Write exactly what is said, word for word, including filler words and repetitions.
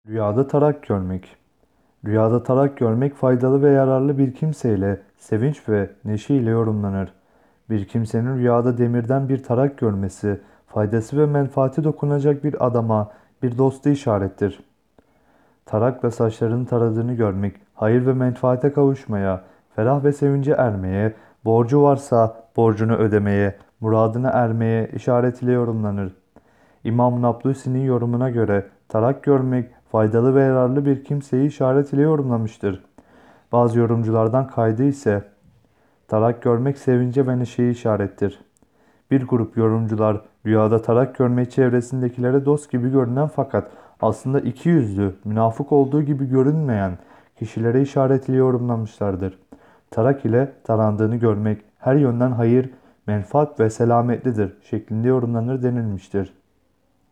Rüyada tarak görmek. Rüyada tarak görmek faydalı ve yararlı bir kimseyle sevinç ve neşe ile yorumlanır. Bir kimsenin rüyada demirden bir tarak görmesi, faydası ve menfaati dokunacak bir adama, bir dostu işarettir. Tarak ve saçlarının taradığını görmek, hayır ve menfaate kavuşmaya, ferah ve sevince ermeye, borcu varsa borcunu ödemeye, muradına ermeye işaret ile yorumlanır. İmam Nablusi'nin yorumuna göre tarak görmek faydalı ve yararlı bir kimseyi işaret ile yorumlamıştır. Bazı yorumculardan kaydı ise tarak görmek sevince ve neşeyi işarettir. Bir grup yorumcular rüyada tarak görmek çevresindekilere dost gibi görünen fakat aslında iki yüzlü, münafık olduğu gibi görünmeyen kişilere işaret ile yorumlamışlardır. Tarak ile tarandığını görmek her yönden hayır, menfaat ve selametlidir şeklinde yorumlanır denilmiştir.